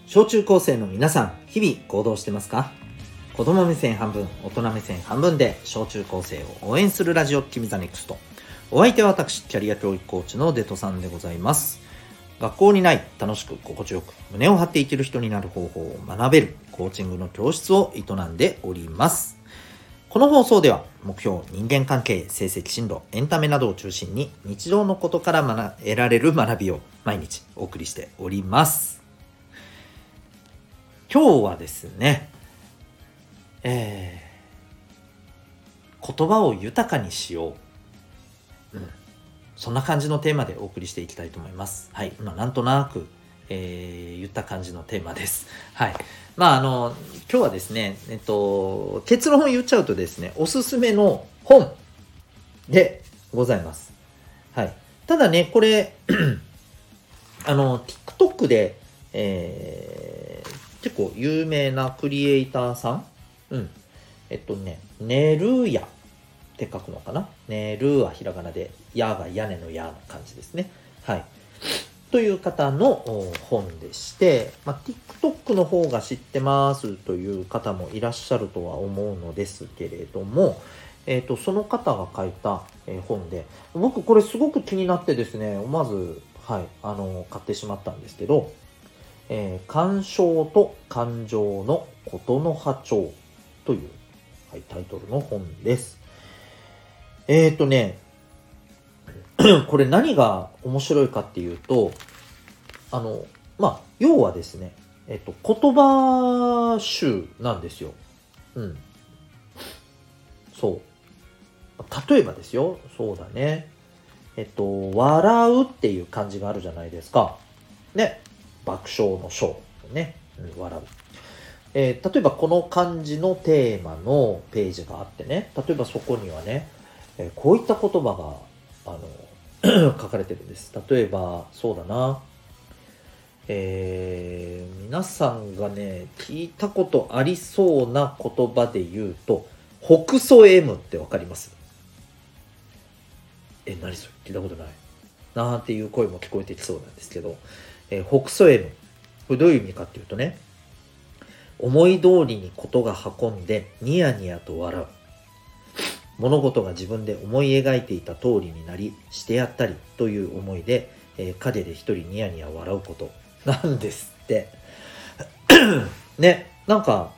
小中高生の皆さん、日々行動してますか？子供目線半分、大人目線半分で小中高生を応援するラジオ君ザネクスト。お相手は私、キャリア教育コーチのデトさんでございます。学校にない楽しく心地よく胸を張って生きる人になる方法を学べるコーチングの教室を営んでおります。この放送では目標、人間関係、成績進路、エンタメなどを中心に日常のことから得られる学びを毎日お送りしております。今日はですね、言葉を豊かにしよう、そんな感じのテーマでお送りしていきたいと思います。はい、今なんとなく、言った感じのテーマです。はい。今日はですね、結論を言っちゃうとですね、おすすめの本でございます。はい。ただね、これTikTok で、結構有名なクリエイターさん、ネルヤって書くのかな。ネルはひらがなで、ヤが屋根のヤの感じですね。はい。という方の本でして、TikTok の方が知ってますという方もいらっしゃるとは思うのですけれども、その方が書いた本で、僕これすごく気になってですね、思わず、買ってしまったんですけど、感傷と感情のことの波長という、タイトルの本です。これ何が面白いかっていうと、要はですね、言葉集なんですよ。そう。例えばですよ、そうだね。笑うっていう漢字があるじゃないですか。ね。爆笑の笑。ね。笑う。例えばこの漢字のテーマのページがあってね、例えばそこにはね、こういった言葉が書かれてるんです。例えばそうだな、皆さんがね聞いたことありそうな言葉で言うと、北総 M ってわかります？何それ聞いたことないなんていう声も聞こえてきそうなんですけど、北総 M、 これどういう意味かっていうとね、思い通りにことが運んでニヤニヤと笑う、物事が自分で思い描いていた通りになりしてやったりという思いで、陰で一人ニヤニヤ笑うことなんですってね。なんか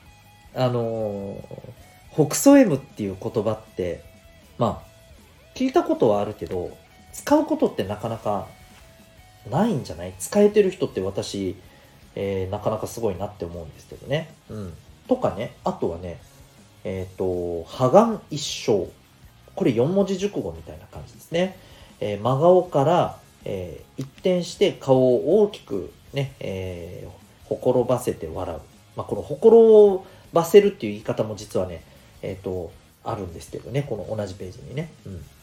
北総 M っていう言葉って聞いたことはあるけど使うことってなかなかないんじゃない？使えてる人って私、なかなかすごいなって思うんですけどね。とかね、あとはね、破顔一生。これ4文字熟語みたいな感じですね。真顔から、一転して顔を大きくね、ほころばせて笑う。このほころばせるっていう言い方も実はね、あるんですけどね、この同じページにね。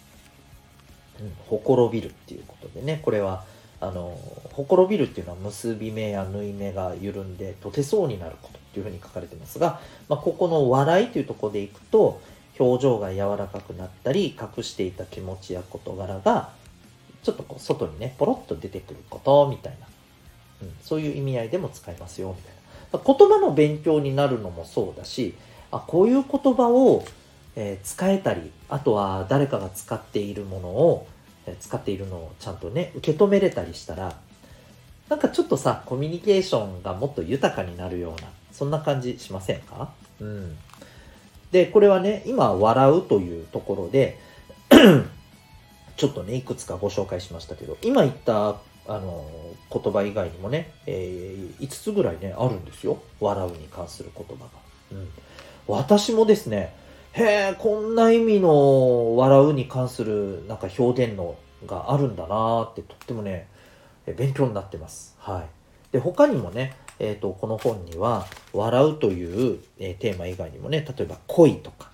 ほころびるっていうことでね、これはほころびるっていうのは結び目や縫い目が緩んでとてそうになることっていうふうに書かれてますが、ここの笑いというところでいくと、表情が柔らかくなったり隠していた気持ちや事柄がちょっとこう外にねポロッと出てくることみたいな、そういう意味合いでも使いますよみたいな。言葉の勉強になるのもそうだし、こういう言葉を、使えたり、あとは誰かが使っているものをちゃんとね受け止めれたりしたら、なんかちょっとさコミュニケーションがもっと豊かになるような、そんな感じしませんか？でこれはね、今笑うというところでちょっとねいくつかご紹介しましたけど、今言った言葉以外にもね、5つぐらいねあるんですよ、笑うに関する言葉が。私もですね、こんな意味の笑うに関するなんか表現のがあるんだなーって、とってもね勉強になってます。で他にもね、この本には笑うという、テーマ以外にもね、例えば恋とか、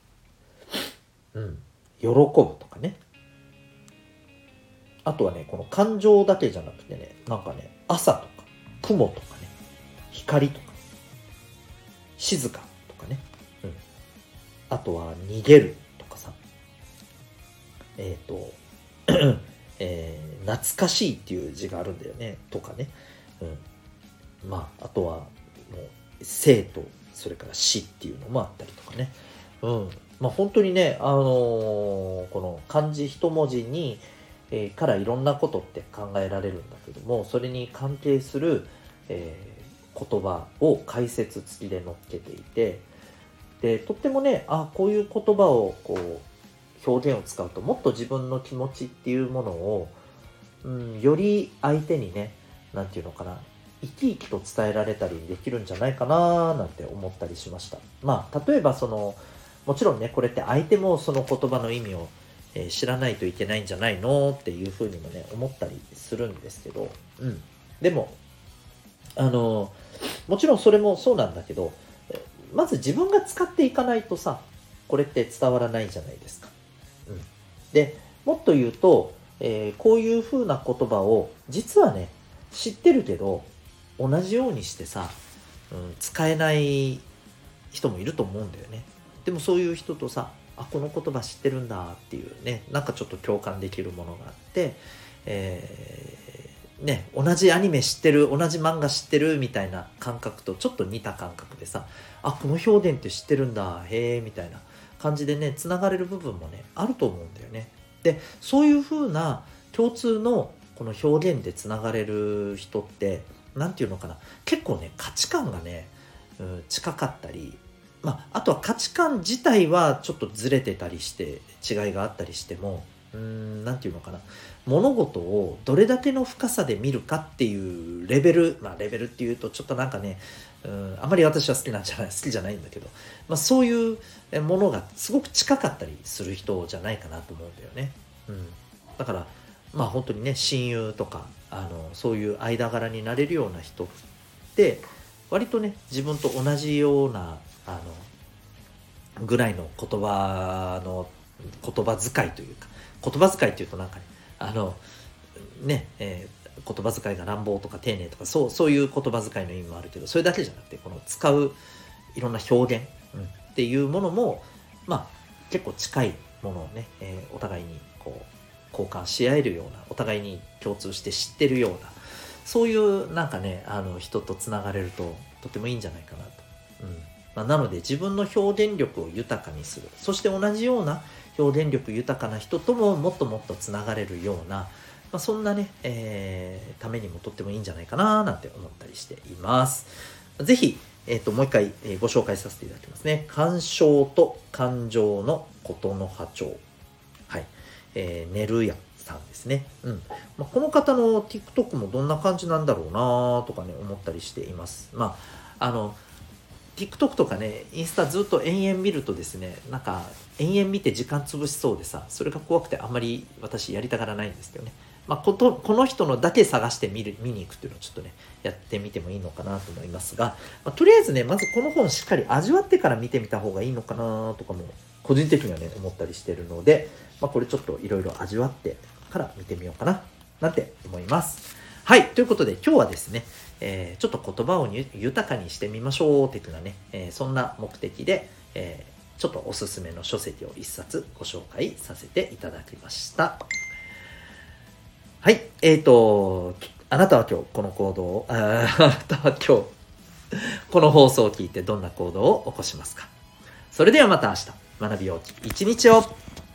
喜ぶとかね、あとはねこの感情だけじゃなくてね、なんかね朝とか雲とかね、光とか静かとかね、あとは逃げるとかさ、懐かしいっていう字があるんだよねとかね、 あとはもう生とそれから死っていうのもあったりとかね。本当にね、この漢字一文字に、からいろんなことって考えられるんだけども、それに関係する、言葉を解説付きで載っけていて、でとってもね、こういう言葉を表現を使うともっと自分の気持ちっていうものを、より相手にね、なんていうのかな、生き生きと伝えられたりできるんじゃないかななんて思ったりしました。例えばもちろんね、これって相手もその言葉の意味を、知らないといけないんじゃないのっていうふうにもね、思ったりするんですけど、でももちろんそれもそうなんだけど、まず自分が使っていかないとさ、これって伝わらないじゃないですか。でもっと言うと、こういう風な言葉を実はね、知ってるけど同じようにしてさ、使えない人もいると思うんだよね。でもそういう人とさ、この言葉知ってるんだっていうね、なんかちょっと共感できるものがあって、同じアニメ知ってる、同じ漫画知ってるみたいな感覚とちょっと似た感覚でさ、この表現って知ってるんだ、へえみたいな感じでね、つながれる部分もね、あると思うんだよね。でそういう風な共通のこの表現でつながれる人って、なんていうのかな、結構ね、価値観がね、近かったり、あとは価値観自体はちょっとずれてたりして違いがあったりしても、なんていうのかな、物事をどれだけの深さで見るかっていうレベル、レベルっていうとちょっとなんかね、あまり私は好きじゃないんだけど、そういうものがすごく近かったりする人じゃないかなと思うんだよね。だから本当にね、親友とかそういう間柄になれるような人って割とね、自分と同じようなぐらいの言葉遣いというか、言葉遣いっていうとなんかね、言葉遣いが乱暴とか丁寧とかそういう言葉遣いの意味もあるけど、それだけじゃなくて、この使ういろんな表現、っていうものも結構近いものをね、お互いに交換し合えるような、お互いに共通して知ってるような、そういうなんかね、人とつながれるととてもいいんじゃないかなと。なので自分の表現力を豊かにする、そして同じような表現力豊かな人とももっともっとつながれるような、そんなね、ためにもとってもいいんじゃないかななんて思ったりしています。ぜひ、もう一回、ご紹介させていただきますね。感傷と感情のことの波長。はい。ねるやさんですね。この方の TikTok もどんな感じなんだろうなとかね、思ったりしています。TikTok とかね、インスタずっと延々見るとですね、なんか延々見て時間潰しそうでさ、それが怖くてあんまり私やりたがらないんですけどね。この人のだけ探して見に行くっていうのをちょっとね、やってみてもいいのかなと思いますが、とりあえずね、まずこの本しっかり味わってから見てみた方がいいのかなとかも個人的にはね、思ったりしてるので、これちょっといろいろ味わってから見てみようかななんて思います。はい、ということで今日はですね、ちょっと言葉を豊かにしてみましょう的なね、そんな目的で、ちょっとおすすめの書籍を一冊ご紹介させていただきました。はい、あなたは今日この行動を、あなたは今日この放送を聞いてどんな行動を起こしますか？それではまた明日、学びよう一日を。